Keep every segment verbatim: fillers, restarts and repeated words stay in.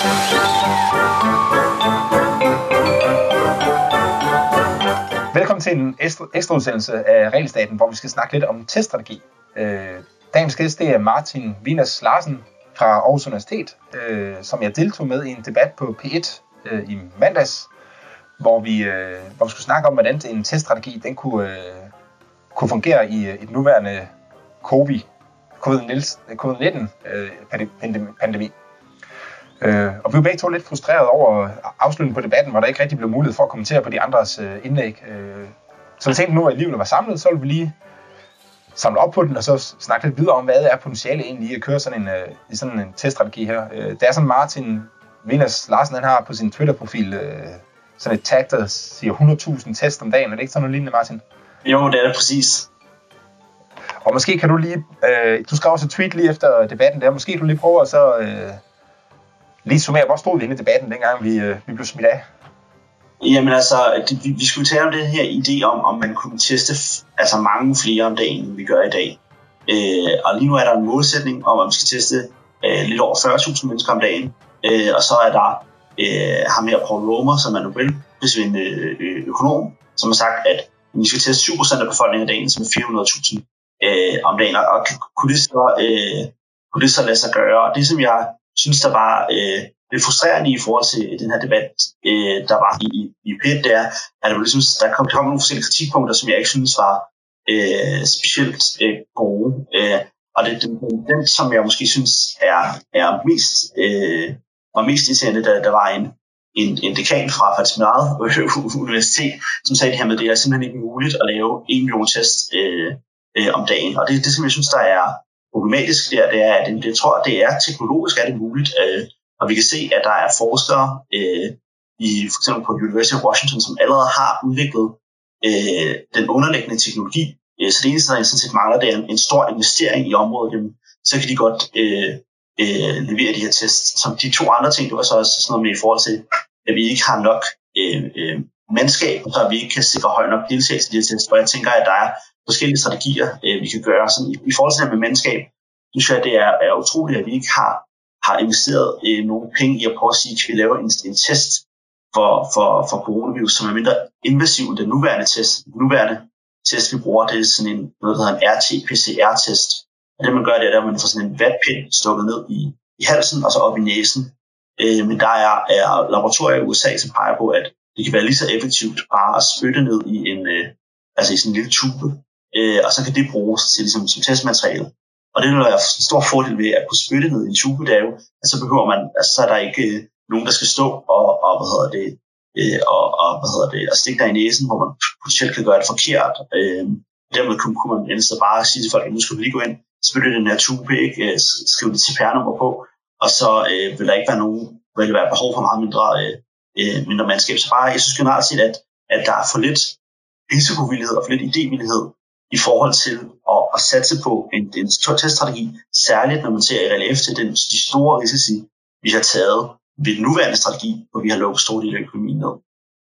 Velkommen til en ekstra udsendelse af Regelstaten, hvor vi skal snakke lidt om teststrategi. Øh, dagens gæst det er Martin Wieners Larsen fra Aarhus Universitet, øh, som jeg deltog med i en debat på P et øh, i mandags, hvor vi, øh, hvor vi skulle snakke om, hvordan en teststrategi den kunne, øh, kunne fungere i, i den nuværende covid nitten pandemi. Øh, og vi var begge to lidt frustrerede over afslutningen på debatten, hvor der ikke rigtig blev mulighed for at kommentere på de andres øh, indlæg. Øh, så jeg tænkte nu, at livet var samlet, så ville vi lige samle op på den, og så snakke lidt videre om, hvad er potentiale egentlig i at køre sådan en, øh, i sådan en teststrategi her. Øh, det er sådan, Martin Wieners Larsen, han har på sin Twitter-profil øh, sådan et tag, der siger hundrede tusind test om dagen. Er det ikke sådan noget lignende, Martin? Jo, det er det præcis. Og måske kan du lige, øh, du skrev også et tweet lige efter debatten der, måske kan du lige prøve at så øh, lige summere, hvor stod vi inde i debatten, dengang vi, øh, vi blev smidt af? Jamen altså, det, vi, vi skulle tale om den her idé om, om man kunne teste f- altså mange flere om dagen, end vi gør i dag. Øh, og lige nu er der en målsætning om, at vi skal teste øh, lidt over fyrre tusind mennesker om dagen. Øh, og så er der øh, ham her, Paul Romer, som er Nobelprisvindende øh, økonom, som har sagt, at vi skal teste syv procent af befolkningen af dagen, som er fire hundrede tusind øh, om dagen. Og kunne det, så, øh, kunne det så lade sig gøre? Og det, som jeg synes, der var øh, lidt frustrerende i forhold til den her debat, øh, der var i, i P et, der, at der, ligesom, der kom, kom nogle forskellige kritikpunkter, som jeg ikke synes var øh, specielt øh, gode. Øh, og det, den, den, som jeg måske synes er, er mest, øh, var mest irriterende, der, der var en, en, en dekan fra faktisk mit eget universitet, som sagde det her med, det er simpelthen ikke muligt at lave en million test øh, øh, om dagen. Og det, det, som jeg synes, der er problematisk der, det er, at jeg tror, at det er teknologisk er det muligt, øh, og vi kan se, at der er forskere øh, i for eksempel på University of Washington, som allerede har udviklet øh, den underliggende teknologi. Øh, så det eneste, der sådan set mangler, det er en, en stor investering i området. Jamen, så kan de godt øh, øh, levere de her tests. Som de to andre ting, det var så også sådan noget med i forhold til, at vi ikke har nok øh, øh, mandskab, så vi ikke kan sikre høj nok deltagelse i de her tests. Og jeg tænker, at der er forskellige strategier, øh, vi kan gøre. Så i, i forhold til det med mandskab, synes jeg, det er, er utroligt, at vi ikke har, har investeret øh, nogle penge i at prøve at sige, at vi laver en, en test for, for, for coronavirus, som er mindre invasiv end den nuværende test. Den nuværende test, vi bruger, det er sådan en, noget, der hedder en R T P C R-test. Og det, man gør, det er, at man får sådan en vatpind stukket ned i, i halsen og så op i næsen. Øh, men der er, er laboratorier i U S A, som peger på, at det kan være lige så effektivt bare at spytte ned i en, øh, altså i sådan en lille tube, øh, og så kan det bruges til ligesom, som testmateriale. Og det, der er en stor fordel ved at kunne spytte ned i en tube, det er jo, at så behøver man, altså så er der ikke øh, nogen, der skal stå og, og hvad hedder det, øh, og, og, hvad hedder det, og stikke der i næsen, hvor man potentielt kan gøre det forkert. Øh, dermed kunne, kunne man endelig så bare sige til folk, at nu skal vi lige gå ind, spytte den her tube, ikke, øh, skrive det C P R-nummer på, og så øh, vil der ikke være nogen, vil der være behov for meget mindre, øh, mindre mandskab. Så bare, jeg synes generelt set, at, at der er for lidt risikovillighed og for lidt idévillighed i forhold til at, at satse på en, en teststrategi, særligt når man ser i relief til den, de store risici, vi har taget ved den nuværende strategi, hvor vi har lukket store dele af økonomien ned.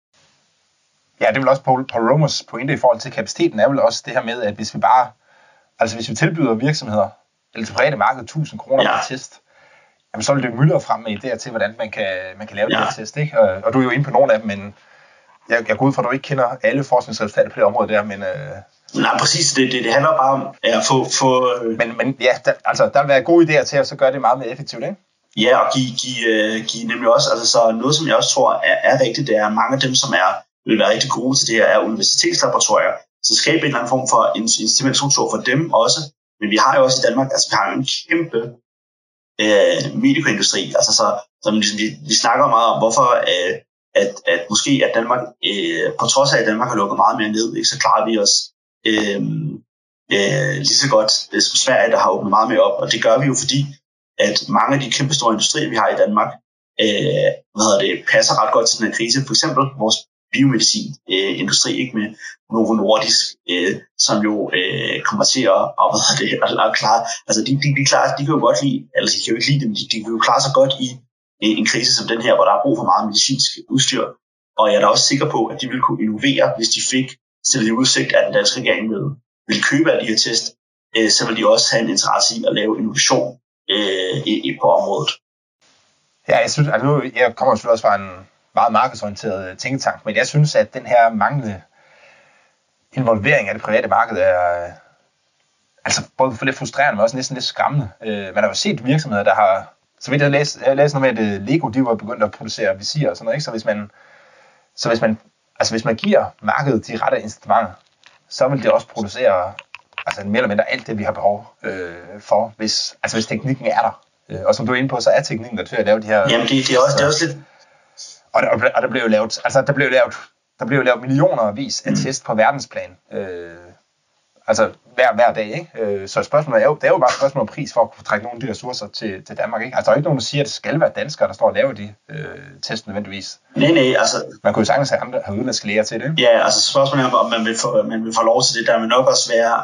Ja, det er vel også Paul, Paul Romers pointe i forhold til kapaciteten, er vel også det her med, at hvis vi bare, altså hvis vi tilbyder virksomheder, eller til private marked, tusind kroner ja. per test, jamen så vil det mylder frem med idéer til, hvordan man kan, man kan lave ja. det her test, ikke? Og, og du er jo inde på nogle af dem, men jeg, jeg går ud fra, at du ikke kender alle forskningsresultater på det område der, men... Øh, Nej, præcis. Det, det, det handler bare om at få... få øh... men, men ja, der, altså, der vil være gode idéer til, at så gøre det meget mere effektivt, ikke? Ja, og give, give, uh, give nemlig også... Altså, så noget, som jeg også tror er, er rigtigt, det er, mange af dem, som er, vil være rigtig gode til det her, er universitetslaboratorier. Så skabe en eller anden form for incitamentsstruktur for dem også. Men vi har jo også i Danmark... Altså, vi har jo en kæmpe øh, medicoindustri. Altså, så, så ligesom, vi, vi snakker meget om, hvorfor... Øh, at, at måske at Danmark, øh, på trods af, at Danmark har lukket meget mere ned, ikke, så klarer vi os øh, øh, lige så godt øh, som Sverige, der har åbnet meget mere op. Og det gør vi jo, fordi at mange af de kæmpe store industrier, vi har i Danmark, øh, hvad hedder det, passer ret godt til den her krise. For eksempel vores biomedicinindustri, øh, ikke med Novo Nordisk, øh, som jo øh, kommer til at, og, hvad hedder det, at, at klare. Altså de, de, de, klarer, de kan jo godt lide, altså de kan jo ikke lide dem, de, de kan jo klare sig godt i en krise som den her, hvor der er brug for meget medicinsk udstyr. Og jeg er da også sikker på, at de ville kunne innovere, hvis de fik stillet i udsigt, at den danske regering ville, ville købe af de her test, øh, så vil de også have en interesse i at lave innovation øh, i, i, på området. Ja, jeg synes, altså nu, jeg kommer selvfølgelig også fra en meget markedsorienteret tænketank, men jeg synes, at den her manglende involvering af det private marked er altså både for lidt frustrerende, men også næsten lidt skræmmende. Øh, man har jo set virksomheder, der har, så vidt jeg læste, jeg læste noget med, at Lego, de var begyndt at producere visirer og sådan noget, ikke? Så hvis man, så hvis man, altså hvis man giver markedet de rette incitamenter, så vil det også producere altså mere eller mindre alt det, vi har behov øh, for, hvis, altså hvis teknikken er der. Øh, og som du er inde på, så er teknikken der til at lave de her. Jamen det, det er også, det er også lidt. Og der, og der blev jo lavet, altså der blev lavet, der blev lavet millioner af vis af test på verdensplan. Øh, altså hver, hver dag, ikke? Øh, så spørgsmålet er jo, det er jo bare et spørgsmål om pris for at kunne trække nogle af de ressourcer til, til Danmark, ikke? Altså der er jo ikke nogen, der siger, at det skal være danskere, der står og laver de øh, test nødvendigvis. Nej, nej, altså. Man kunne jo sagtens have andre, have udenlandske læger til det, ikke? Ja, altså spørgsmålet er, om man vil få, man vil få lov til det, der vil nok også være,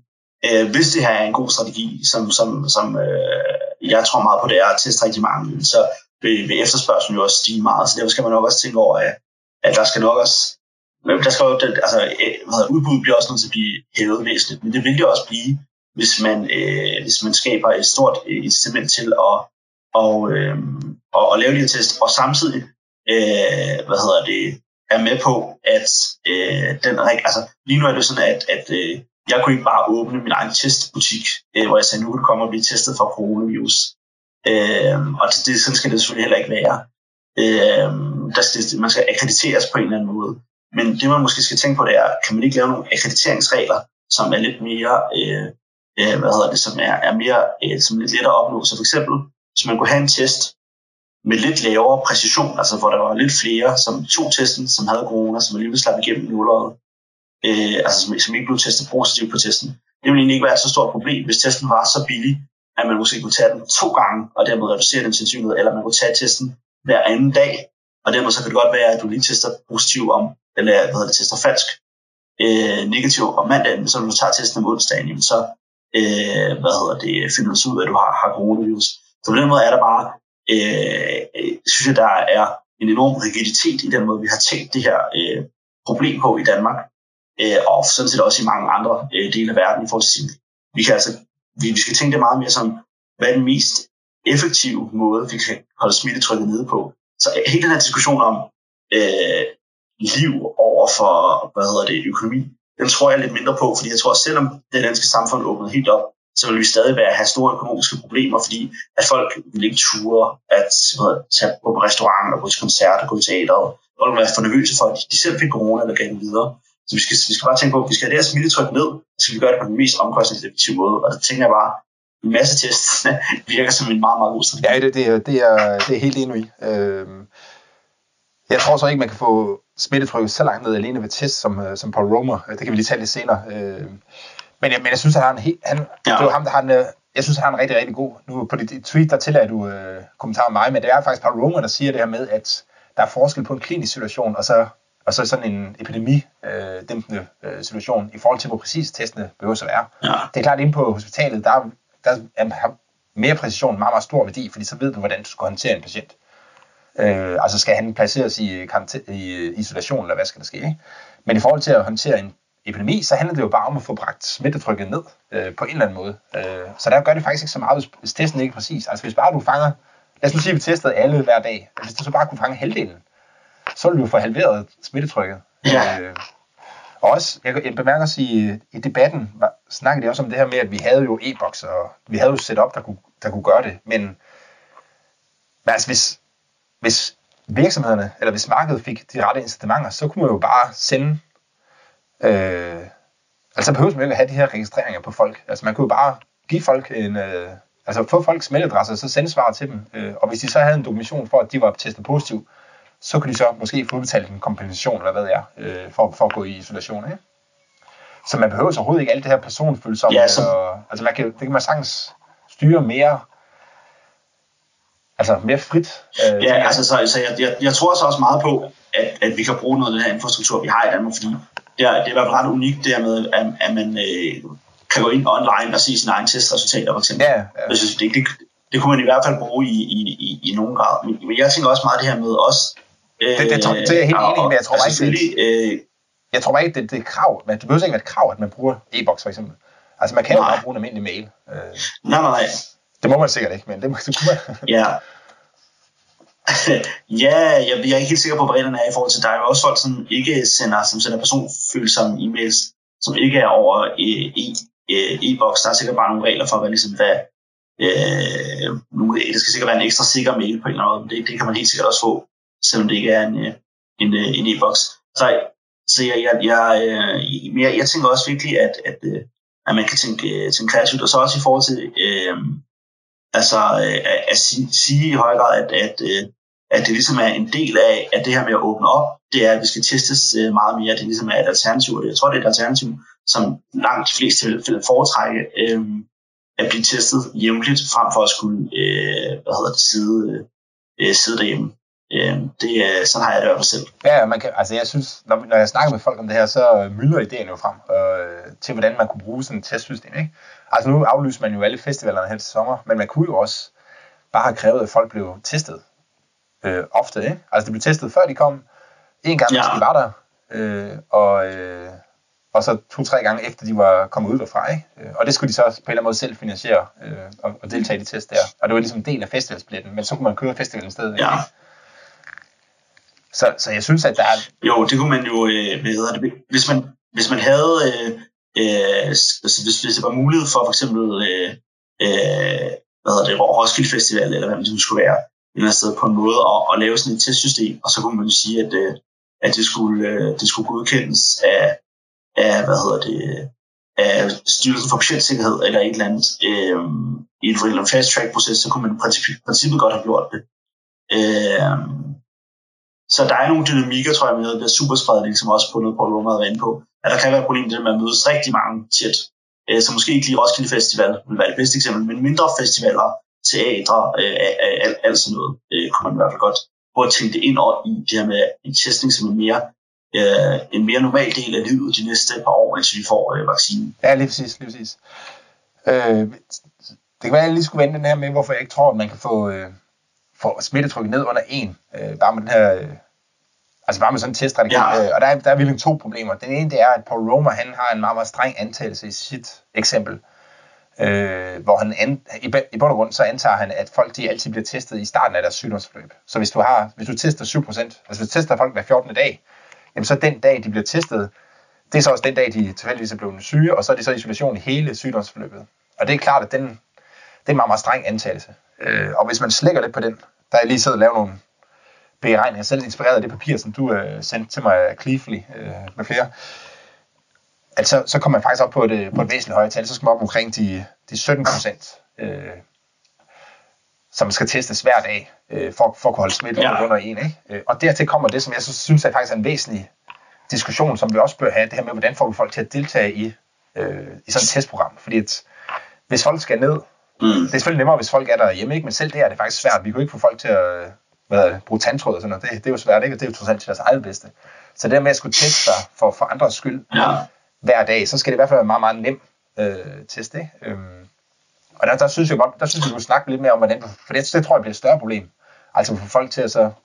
øh, hvis det her er en god strategi, som, som, som øh, jeg tror meget på, det er at teste rigtig mange, så vil, vil efterspørgselen jo også stige meget, så derfor skal man nok også tænke over, at, at der skal nok også, der skal jo, altså hvad hedder, udbuddet bliver også nødt til at blive hævet væsentligt, men det vil det også blive, hvis man, øh, hvis man skaber et stort incitament til at, og, øh, og, og lave de her test, og samtidig øh, hvad hedder det, er med på, at øh, den, altså lige nu er det sådan, at, at øh, jeg kunne ikke bare åbne min egen testbutik, øh, hvor jeg sagde, nu kan du komme og blive testet for coronavirus. Øh, og det, det, sådan skal det selvfølgelig heller ikke være. Øh, der skal, man skal akkrediteres på en eller anden måde. Men det man måske skal tænke på, det er, kan man ikke lave nogle akkrediteringsregler, som er lidt mere, øh, øh, hvad hedder det, som er, er mere, øh, som er lidt lettere at opnå. Så for eksempel, hvis man kunne have en test med lidt lavere præcision, altså hvor der var lidt flere, som tog testen, som havde corona, som alligevel slap igennem nulleret, øh, altså som, som ikke blev testet positivt på testen. Det ville egentlig ikke være et så stort problem, hvis testen var så billig, at man måske kunne tage den to gange, og dermed reducere den sandsynlighed, eller man kunne tage testen hver anden dag, og dermed så kan det godt være, at du lige tester positiv om, eller hvad hedder det, tester falsk, øh, negativ om mandagen, så når du tager testen om onsdagen, så øh, hvad hedder det, finder du ud af, at du har, har coronavirus. Så på den måde er der bare, øh, synes jeg, der er en enorm rigiditet i den måde, vi har tænkt det her øh, problem på i Danmark, øh, og sådan set også i mange andre øh, dele af verden i forhold til, vi kan altså, vi, vi skal tænke det meget mere som, hvad er den mest effektive måde, vi kan holde smittetrykket nede på. Så hele den her diskussion om øh, liv over for, hvad hedder det, økonomi, den tror jeg lidt mindre på, fordi jeg tror, at selvom det danske samfund åbnede helt op, så vil vi stadig være, have store økonomiske problemer, fordi at folk vil ikke ture at hvad, tage på restauranter, gå til koncerter, gå til teater, og folk vil være for nervøse for, at de selv fik corona eller gav den videre. Så vi skal, vi skal bare tænke på, at vi skal have det her smittetryk ned, så skal vi gøre det på den mest omkostningseffektive måde, og der tænker jeg bare, en masse tests virker som en meget, meget god strategi. Ja, det, det, det, er, det er helt enig i. Øh, jeg tror så ikke, man kan få smittetrykket så langt ned alene ved test, som, som Paul Romer. Det kan vi lige tage lidt senere. Øh, men, jeg, men jeg synes, at han, han, ja. det var ham, der har en, jeg synes, at han er rigtig, rigtig god. Nu på dit tweet, der tillader du øh, kommentarer med mig, men det er faktisk Paul Romer, der siger det her med, at der er forskel på en klinisk situation, og så, og så sådan en epidemidæmpende øh, situation, i forhold til, hvor præcis testene behøver at være. Ja. Det er klart, inde på hospitalet, der, der er mere præcision meget, meget stor værdi, fordi så ved du, hvordan du skal håndtere en patient. Øh, altså skal han placeres i, i isolation, eller hvad skal der ske, ikke? Men i forhold til at håndtere en epidemi, så handler det jo bare om at få bragt smittetrykket ned øh, på en eller anden måde. Øh, så der gør det faktisk ikke så meget, hvis testen ikke er præcis. Altså hvis bare du fanger, lad os nu sige, at vi testede alle hver dag, hvis du så bare kunne fange halvdelen, så ville du få halveret smittetrykket. Ja. Øh, og også, jeg, jeg bemærker også i, i debatten, var, snakkede de også om det her med, at vi havde jo e-boks, og vi havde jo setup, der kunne, der kunne gøre det, men, men altså hvis, hvis virksomhederne, eller hvis markedet fik de rette incitamenter, så kunne man jo bare sende, øh, altså behøves man ikke at have de her registreringer på folk, altså man kunne jo bare give folk en, øh, altså få folks mailadresser, og så sende svar til dem, øh, og hvis de så havde en dokumentation for, at de var testet positiv, så kan de så måske få udbetalt en kompensation, eller hvad det er, øh, for, for at gå i isolation, ikke? Så man behøver så overhovedet ikke alt det her personfølsomme, ja, så... og, altså man kan, det kan man sagtens styre mere, altså mere frit. Øh, ja, altså så, så jeg, jeg, jeg tror så også meget på, at, at vi kan bruge noget af den her infrastruktur, vi har i Danmark, fordi det er, det er i hvert fald ret unikt, det her med, at, at man øh, kan gå ind online og se sine egne testresultater, for eksempel. Ja, ja. Jeg synes, det, det, det kunne man i hvert fald bruge i, i, i, i nogen grad. Men, men jeg tænker også meget det her med os. Øh, det, det, det, det er jeg helt enig i, men jeg tror altså, ikke, det, øh, jeg tror ikke, det, det er krav. Men det behøver ikke være et krav, at man bruger e-boks, for eksempel. Altså man kan nej. jo bare bruge en almindelig mail. Øh, nej, nej. Det må man sikkert ikke, men det, må, det kunne man. Ja. ja, jeg, jeg er ikke helt sikker på, hvad reglerne er i forhold til. Der er jo også folk, som ikke sender, som sender personfølsomme e-mails, som ikke er over e- e- e-boks. Der er sikkert bare nogle regler for, hvad ligesom hvad øh, nu, det skal sikkert være en ekstra sikker mail på en eller anden måde. Det, det kan man helt sikkert også få, selvom det ikke er en, en, en e-boks. Så, så jeg, jeg, jeg, jeg, jeg tænker også virkelig, at, at, at man kan tænke, tænke kreativt, og så også i forhold til øh, altså at, at sige, sige i høj grad, at, at, at det ligesom er en del af, at det her med at åbne op, det er, at vi skal testes meget mere. Det ligesom er et alternativ, og jeg tror, det er et alternativ, som langt de fleste vil foretrække øh, at blive testet jævnligt, frem for at skulle øh, hvad hedder det, sidde, øh, sidde derhjemme. Øh, det, sådan har jeg det i hvert fald selv. Ja, man kan, altså jeg synes, når, når jeg snakker med folk om det her, så myldrer ideen jo frem øh, til, hvordan man kunne bruge sådan et testsystem, ikke? Altså nu aflyser man jo alle festivalerne her til sommer, men man kunne jo også bare have krævet, at folk blev testet øh, ofte, ikke? Altså de blev testet før de kom, en gang, ja. Hvis de var der, øh, og, øh, og så to-tre gange efter de var kommet ud derfra, ikke? Og det skulle de så på en eller anden måde selv finansiere øh, og, og deltage i de test der. Og det var ligesom en del af festivalsbilletten, men så kunne man køre festivalen i stedet, ja. Så, så jeg synes, at der er... Jo, det kunne man jo... Øh, hvad hedder det? Hvis man, hvis man havde... Øh, øh, hvis, hvis det var mulighed for for eksempel... Øh, øh, hvad hedder det? Roskilde Festival, eller hvad det skulle være, et eller andet sted på en måde, at, at lave sådan et testsystem, og så kunne man jo sige, at, øh, at det, skulle, øh, det skulle godkendes af, af, hvad hedder det... af Styrelsen for Patientsikkerhed, eller et eller andet, øh, i en fast-track-proces, så kunne man i princippet, princippet godt have gjort det. Øh, Så der er nogle dynamikker, tror jeg, med noget, der er superspredning, som også på noget, Paul Romer har været inde på. At der kan være et problem med at mødes rigtig mange tæt. Så måske ikke lige Roskilde Festival vil være det bedste eksempel, men mindre festivaler, teatre, alt, alt sådan noget, kunne man i hvert fald godt prøve at tænke det ind over i det her med en testning, som er mere, en mere normal del af livet de næste par år, indtil vi får vaccinen. Ja, lige præcis. Lige præcis. Øh, det kan være, at jeg lige skulle vende den her med, hvorfor jeg ikke tror, at man kan få... Øh få smittetrykket ned under en, øh, bare med den her, øh, altså bare med sådan en teststrategi. Ja. Øh, og der er, der er virkelig to problemer. Den ene, det er, at Paul Romer, han har en meget, meget streng antagelse i sit eksempel, øh, hvor han an, i, i bund og grund, så antager han, at folk, de altid bliver testet i starten af deres sygdomsforløb. Så hvis du har, hvis du tester syv procent, altså hvis du tester folk hver fjortende dag, jamen så den dag, de bliver testet, det er så også den dag, de tilfældigvis er blevet syge, og så er det så isolation i hele sygdomsforløbet. Og det er klart, at den, det er en meget, meget streng antagelse. Øh, og hvis man slækker lidt på den, der er jeg lige siddet og lavet nogle beregninger, selv inspireret af det papir, som du øh, sendte til mig af Cleafly øh, med flere, at så, så kommer man faktisk op på et, på et væsentligt højere tal, så skal man op omkring de, de sytten procent, øh, som skal testes hver dag, øh, for, for at kunne holde smitte ja. under en. Ikke? Og dertil kommer det, som jeg så synes er faktisk en væsentlig diskussion, som vi også bør have, det her med, hvordan får vi folk til at deltage i, øh, i sådan et testprogram. Fordi at, hvis folk skal ned, Mm. det er selvfølgelig nemmere, hvis folk er derhjemme, ikke? Men selv det er det faktisk svært. Vi kan jo ikke få folk til at hvad, bruge tandtråd og sådan noget. Det, det er jo svært, ikke? Det er jo trods alt til deres eget bedste. Så det der med at skulle teste sig for, for andres skyld ja. hver dag, så skal det i hvert fald være en meget, meget nem øh, test, ikke? Øhm, og der, der synes jeg godt, der synes jeg, du snakke lidt mere om, hvordan, for det, det tror jeg bliver et større problem. Altså få folk til at så,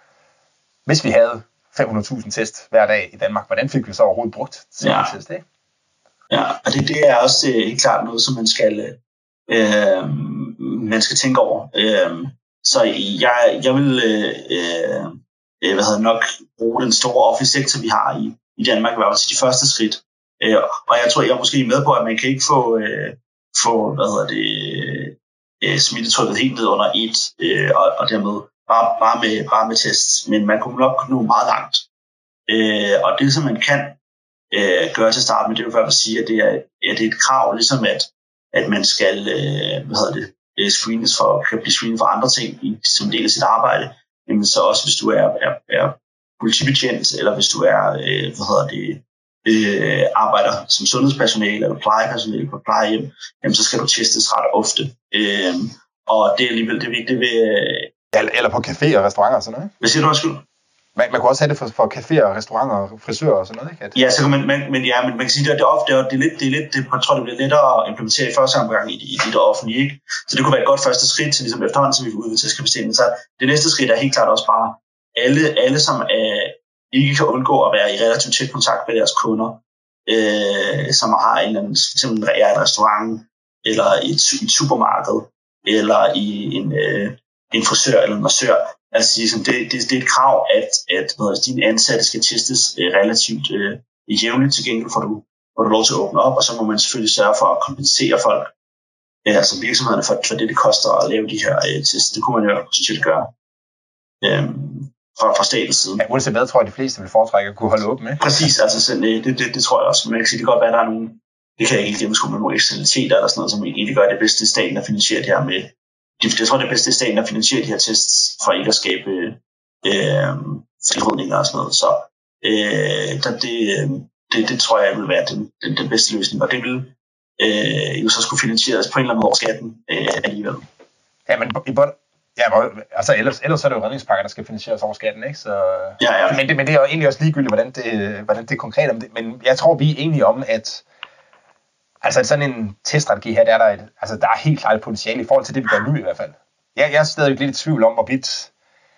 hvis vi havde fem hundrede tusind test hver dag i Danmark, hvordan fik vi så overhovedet brugt til ja. test, ikke? Ja, og det, det er også øh, helt klart noget, som man skal... Øh, man skal tænke over. Øh, så jeg, jeg vil øh, øh, hvad hedder, nok bruge den store offentlige sektor, vi har i, i Danmark, i hvert fald til de første skridt. Øh, og jeg tror, jeg er måske med på, at man kan ikke få, øh, få hvad hedder det, øh, smittetrykket helt ned under et, øh, og, og dermed bare, bare, med, bare med tests. Men man kunne nok nå meget langt. Øh, og det, som man kan øh, gøre til start med, det er jo for at sige, at det er, at det er et krav, ligesom at at man skal øh, hvad hedder det, screenes for, kan blive screenet for andre ting i, som del af sit arbejde, men så også hvis du er, er, er politibetjent, eller hvis du er øh, hvad hedder det, øh, arbejder som sundhedspersonale eller plejepersonale på plejehjem, jamen så skal du testes ret ofte. Øh, og det er alligevel det vigtige ved... Øh, eller på caféer og restauranter og sådan noget. Hvad siger du, undskyld? Man, man kunne også have det for, for caféer, restauranter og frisører og sådan noget, ikke? At... Ja, så kan man, man, men, ja, men man kan sige, at det er ofte, det er lidt, det er lidt, det, jeg tror, det bliver lettere at implementere i første omgang i, i, i det offentlige, ikke? Så det kunne være et godt første skridt til ligesom efterhånden, som vi får udvidet testskapaciteten. Så det næste skridt er helt klart også bare, alle, alle som er, ikke kan undgå at være i relativt tæt kontakt med deres kunder, øh, som har en eller anden, for eksempel er et restaurant, eller i et, et supermarked, eller i en, øh, en frisør eller en massør, Altså ligesom, det, det, det er et krav, at, at hvad, dine ansatte skal testes øh, relativt øh, jævnligt. Til gengæld får du, får du lov til at åbne op, og så må man selvfølgelig sørge for at kompensere folk, øh, altså virksomhederne, for, for det, det koster at lave de her øh, tests. Det kunne man jo potentielt gøre øh, fra, fra statens side. Ja, uanset hvad, tror jeg, de fleste vil foretrække at kunne holde åbent med. Præcis, altså sådan, øh, det, det, det tror jeg også. Man kan sige, det kan godt være, at der er nogle, det kan jeg ikke gennemskue med nogle eksternaliteter eller sådan noget, som egentlig gør det bedste staten at finansiere det her med. Jeg tror, det er bedst i staten at finansiere de her tests for ikke at skabe øh, tilrydninger og sådan noget. Så øh, der, det, det, det tror jeg vil være den, den, den bedste løsning. Og det vil øh, jo så skulle finansieres på en eller anden måde over skatten øh, alligevel. Ja, men i bund, ja, altså ellers, ellers er det jo redningspakker, der skal finansieres over skatten, ikke? Så, ja, ja. Men, det, men det er jo egentlig også ligegyldigt, hvordan det, hvordan det er konkret om det. Men jeg tror, vi er enige om, at altså sådan en teststrategi her, der er der, et, altså der er helt klart et potentiale i forhold til det, vi gør nu i hvert fald. Jeg, jeg er stadig lidt i tvivl om, hvorvidt,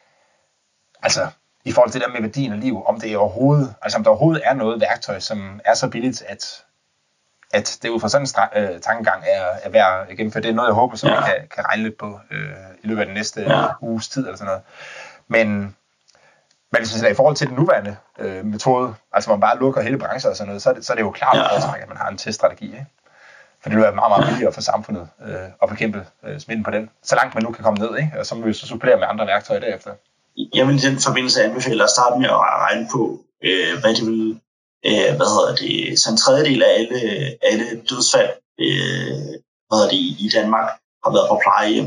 altså i forhold til det der med værdien af liv, om det overhovedet, altså om der overhovedet er noget værktøj, som er så billigt, at, at det ud fra sådan en stra- øh, tankegang er, er værd at gennemføre. Det er noget, jeg håber, som ja. vi kan, kan regne lidt på øh, i løbet af den næste ja. uges tid eller sådan noget. Men Men hvis man ser i forhold til den nuværende øh, metode, altså man bare lukker hele brancher og sådan noget, så er det, så er det jo klart, ja. at man har en teststrategi, ikke? For det vil være meget, meget billigere for samfundet øh, at bekæmpe øh, smitten på den, så langt man nu kan komme ned, ikke? Og så må vi så supplere med andre værktøjer derefter. Jeg vil i den forbindelse anbefale at starte med at regne på, øh, hvad det vil, øh, hvad hedder det, så en tredjedel af alle, alle dødsfald, øh, hvad hedder det, i Danmark har været på plejehjem.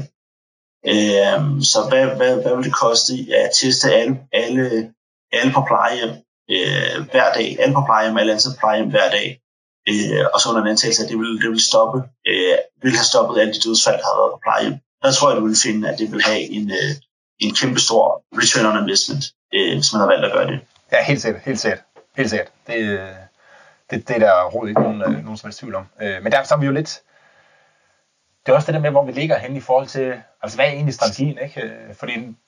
Øh, så hvad, hvad, hvad vil det koste at teste alle, alle, alle på plejehjem øh, hver dag, alle på plejehjem, alle ansatte på plejehjem hver dag, øh, og så under en antagelse, at det vil, det vil stoppe, øh, vil have stoppet alle de dødsfald, der har været på plejehjem. Der tror jeg, du vil finde, at det vil have en, øh, en kæmpe stor return on investment, øh, hvis man har valgt at gøre det. Ja, helt sikkert, helt sikkert, helt sikkert. Det, det, det er der overhovedet ikke nogen, nogen som helst tvivl om. Øh, men der så er vi jo lidt. Det er også det der med, hvor vi ligger hen i forhold til, altså hvad er egentlig strategien, ikke? Fordi,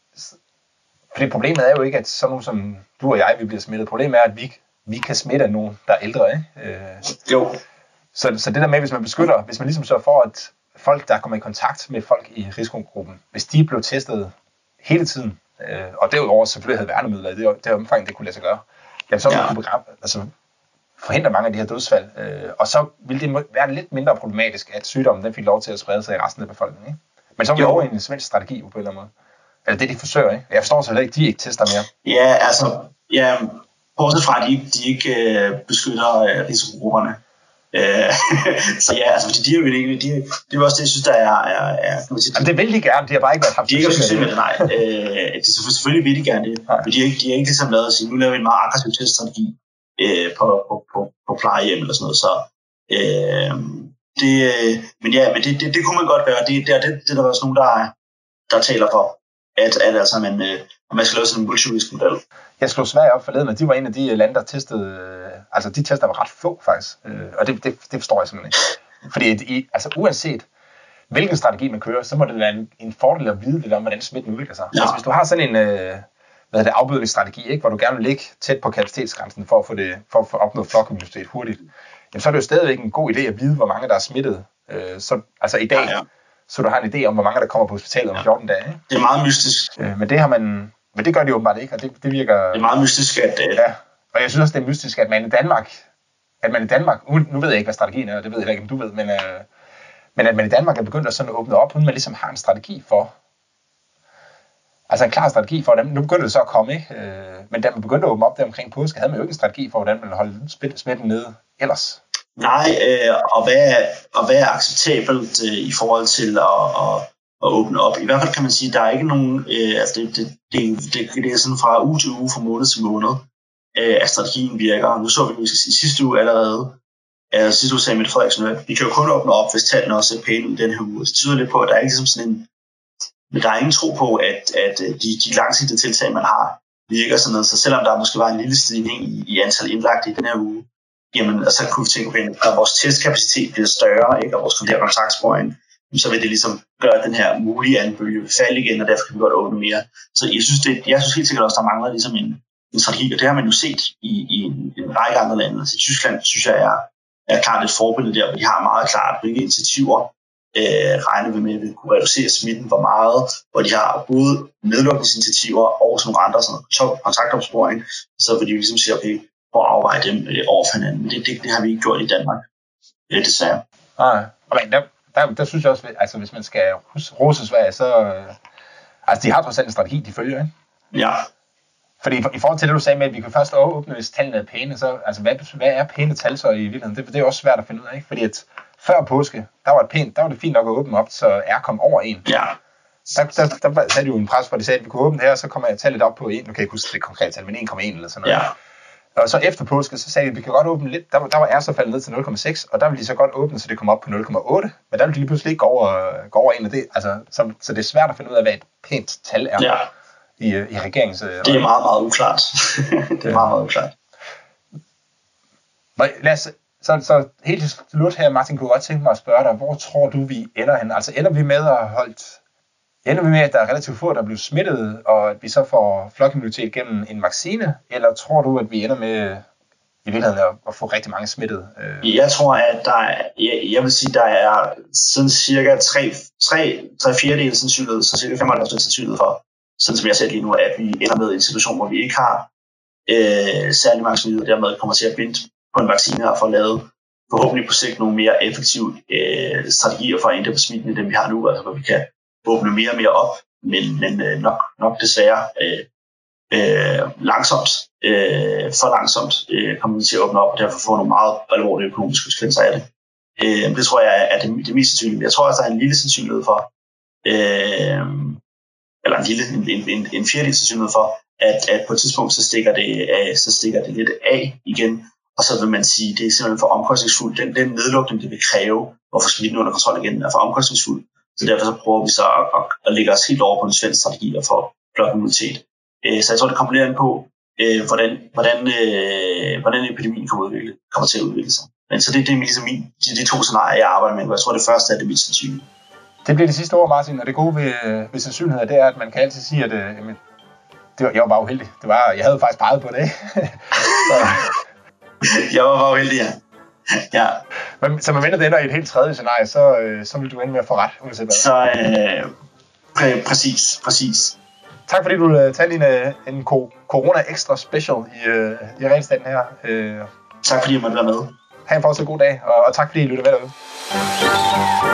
fordi problemet er jo ikke, at sådan nogen som du og jeg, vi bliver smittet. Problemet er, at vi, vi kan smitte nogen, der er ældre, ikke? Øh, jo. Så, så det der med, hvis man beskytter, hvis man ligesom sørger for, at folk, der kommer i kontakt med folk i risikogruppen, hvis de blev testet hele tiden, øh, og derudover selvfølgelig havde værnemidler i det, det omfang, det kunne lade sig gøre, jamen så ville ja. man kunne altså, forhindre mange af de her dødsfald, øh, og så ville det være lidt mindre problematisk, at sygdommen den fik lov til at sprede sig i resten af befolkningen. Ikke? Men så er vi over i en svensk strategi på en eller anden måde. Eller det, de forsøger, ikke? Jeg forstår så heller ikke, de ikke tester mere. Ja, altså, ja, bortset fra, at de, de ikke øh, beskytter øh, risikogrupperne. Øh, så ja, altså, de er jo egentlig, de, det er jo også det, jeg synes, der er... er, er kan man sige, jamen, det vil de gerne, de har bare ikke været haft de ikke succes med det, nej. Øh, det, selvfølgelig vil de gerne det, nej. Men de er ikke, de er ikke ligesom lavet at sige, nu laver vi en meget aggressiv teststrategi øh, på, på, på, på plejehjem eller sådan noget, så... Øh, det, men ja, men det, det, det kunne man godt gøre. Det, det, det, det er der også nogen, der, der taler for, at, at altså, man, man skal lave sådan en multi-risk-model. Jeg slog Sverige op forleden, og de var en af de lande, der testede, altså de tester var ret få faktisk, og det, det, det forstår jeg simpelthen ikke. Fordi altså, uanset hvilken strategi man kører, så må det være en, en fordel at vide lidt om, hvordan smitten udvikler sig. Ja. Altså hvis du har sådan en hvad er det, afbødningsstrategi, ikke, hvor du gerne vil ligge tæt på kapacitetsgrænsen for at få, det, for at få opnået flokimmunitet hurtigt, jamen, så er det jo stadigvæk en god idé at vide, hvor mange der er smittet. Øh, så, altså i dag, ja, ja. Så du har en idé om, hvor mange der kommer på hospitalet om fjorten dage. Ikke? Det er meget mystisk. Øh, men det har man, men det gør de åbenbart ikke, og det, det virker... Det er meget mystisk, at... Uh... Ja, og jeg synes også, det er mystisk, at man i Danmark, at man i Danmark, nu ved jeg ikke, hvad strategien er, det ved jeg ikke, om du ved, men, øh, men at man i Danmark er begyndt at sådan åbne op, uden man ligesom har en strategi for, altså en klar strategi for, nu begynder det så at komme, ikke? Øh, men da man begyndte at åbne op der omkring påske, havde man jo ikke en strategi for, hvordan man holdt smitten nede ellers. Nej, øh, og, hvad er, og hvad er acceptabelt øh, i forhold til at, at, at åbne op? I hvert fald kan man sige, at der er ikke nogen, øh, altså det, det, det, det, det er sådan fra uge til uge, fra måned til måned, øh, at strategien virker. Nu så vi jo i sidste uge allerede, altså sidste uge sagde Mette Frederiksen, at vi kan jo kun åbne op, hvis tallene også er pæne ud den her uge. Det tyder lidt på, at der er ikke ligesom sådan en, men der er ingen tro på, at, at de, de langsigtede tiltag, man har, virker sådan noget. Så selvom der måske var en lille stigning i, i antal indlagte i den her uge, jamen, så kunne vi tænke på, at vores testkapacitet bliver større, ikke, og vores funderede kontaktsporing, så vil det ligesom gøre den her mulige anbølge falde igen, og derfor kan vi godt åbne mere. Så jeg synes, det, jeg synes helt sikkert også, der mangler ligesom en, en strategi, og det har man jo set i, i en, en række andre lande. Altså i Tyskland, synes jeg, er, er klart et forbillede der, hvor de har meget klart, hvilke initiativer øh, regner vi med, at vi kunne reducere smitten hvor meget, hvor de har både nedlukningsinitiativer og sådan nogle andre sådan kontaktopsporing, så vil de ligesom sige, okay, for at afveje dem øh, over for hinanden. Men det, det, det har vi ikke gjort i Danmark, øh, desværre. Nej, okay, der, der, der synes jeg også, altså hvis man skal rose Sverige, så øh, altså de har trods alt en strategi, de følger, ikke? Ja. Fordi i, i forhold til det, du sagde med, at vi kan først åbne, hvis tallene er pæne, så altså hvad, hvad er pæne tal så i virkeligheden? Det, det er også svært at finde ud af, ikke? Fordi at før påske, der var, det pænt, der var det fint nok at åbne op, så R kom over en. Ja. Der, der, der, der satte jo en pres, hvor de sagde, at vi kunne åbne her, så kommer jeg tallet op på en, nu kan jeg ikke huske det konkrete tal, men en komma en eller sådan noget. Ja. Og så efter påske, så sagde de, at vi kan godt åbne lidt, der, der var R så faldet ned til nul komma seks, og der ville de så godt åbne, så det kom op på nul komma otte, men der ville de lige pludselig ikke gå over, gå over en af det, altså, så, så det er svært at finde ud af, hvad et pænt tal er. Ja. I, i regeringens... Det er meget, meget uklart. det er meget, meget uklart. Lad os, så, så helt til slut her, Martin, kunne jeg godt tænke mig at spørge dig, hvor tror du, vi ender hen? Altså ender vi med at holde... Ender vi med, at der er relativt få, der bliver smittet, og at vi så får flokimmunitet gennem en vaccine? Eller tror du, at vi ender med i virkeligheden at, at få rigtig mange smittet? Jeg tror, at der er... Jeg, jeg vil sige, der er sådan cirka tre, tre, tre fjerdedel sandsynlighed, så cirka femoghalvfems sandsynlighed for, sådan som jeg ser lige nu, at vi ender med en situation, hvor vi ikke har øh, særlig mange smittede, og dermed kommer til at binde på en vaccine og få lavet forhåbentlig på sigt nogle mere effektive øh, strategier for at ændre på smitten, end dem vi har nu, altså hvor vi kan åbne mere og mere op, men, men øh, nok, nok desværre øh, øh, langsomt, øh, for langsomt øh, kommer vi til at åbne op, og derfor få nogle meget alvorlige økonomiske konsekvenser af det. Øh, det tror jeg er det, det mest sandsynlige. Jeg tror også, der er en lille sandsynlighed for, øh, eller en lille, en, en, en fjerdedel sandsynlighed for, at, at på et tidspunkt, så stikker, det af, så stikker det lidt af igen, og så vil man sige, det er simpelthen for omkostningsfuldt. Den, den nedlukning, det vil kræve, at få smitten under kontrol igen, er for omkostningsfuldt. Så derfor så prøver vi så at, at, at lægge os helt over på en svensk strategi og få flokimmunitet. Øh, så jeg tror, det kommer lidt an på, øh, hvordan, hvordan, øh, hvordan epidemien kommer, udvikle, kommer til at udvikle sig. Men så det, det er ligesom min, de, de to scenarier, jeg arbejder med, og jeg tror, det første er det mest sandsynlige. Det bliver det sidste ord, Martin, og det gode ved, ved sandsynligheder, det er, at man kan altid sige, at øh, jamen, det var, jeg var bare uheldig. Det var, jeg havde faktisk peget på det, så. Jeg var bare uheldig, ja. Ja. Men, så man venter, det ender i et helt tredje scenarie, så, øh, så vil du ende med at få ret, uanset hvad. Så øh, præ- præcis, præcis. Tak fordi du uh, talte en, uh, en corona extra special i, uh, i Regelstaten her. Uh, tak fordi jeg måtte være med. Ha' en fortsat god dag, og, og tak fordi I lytter med derude.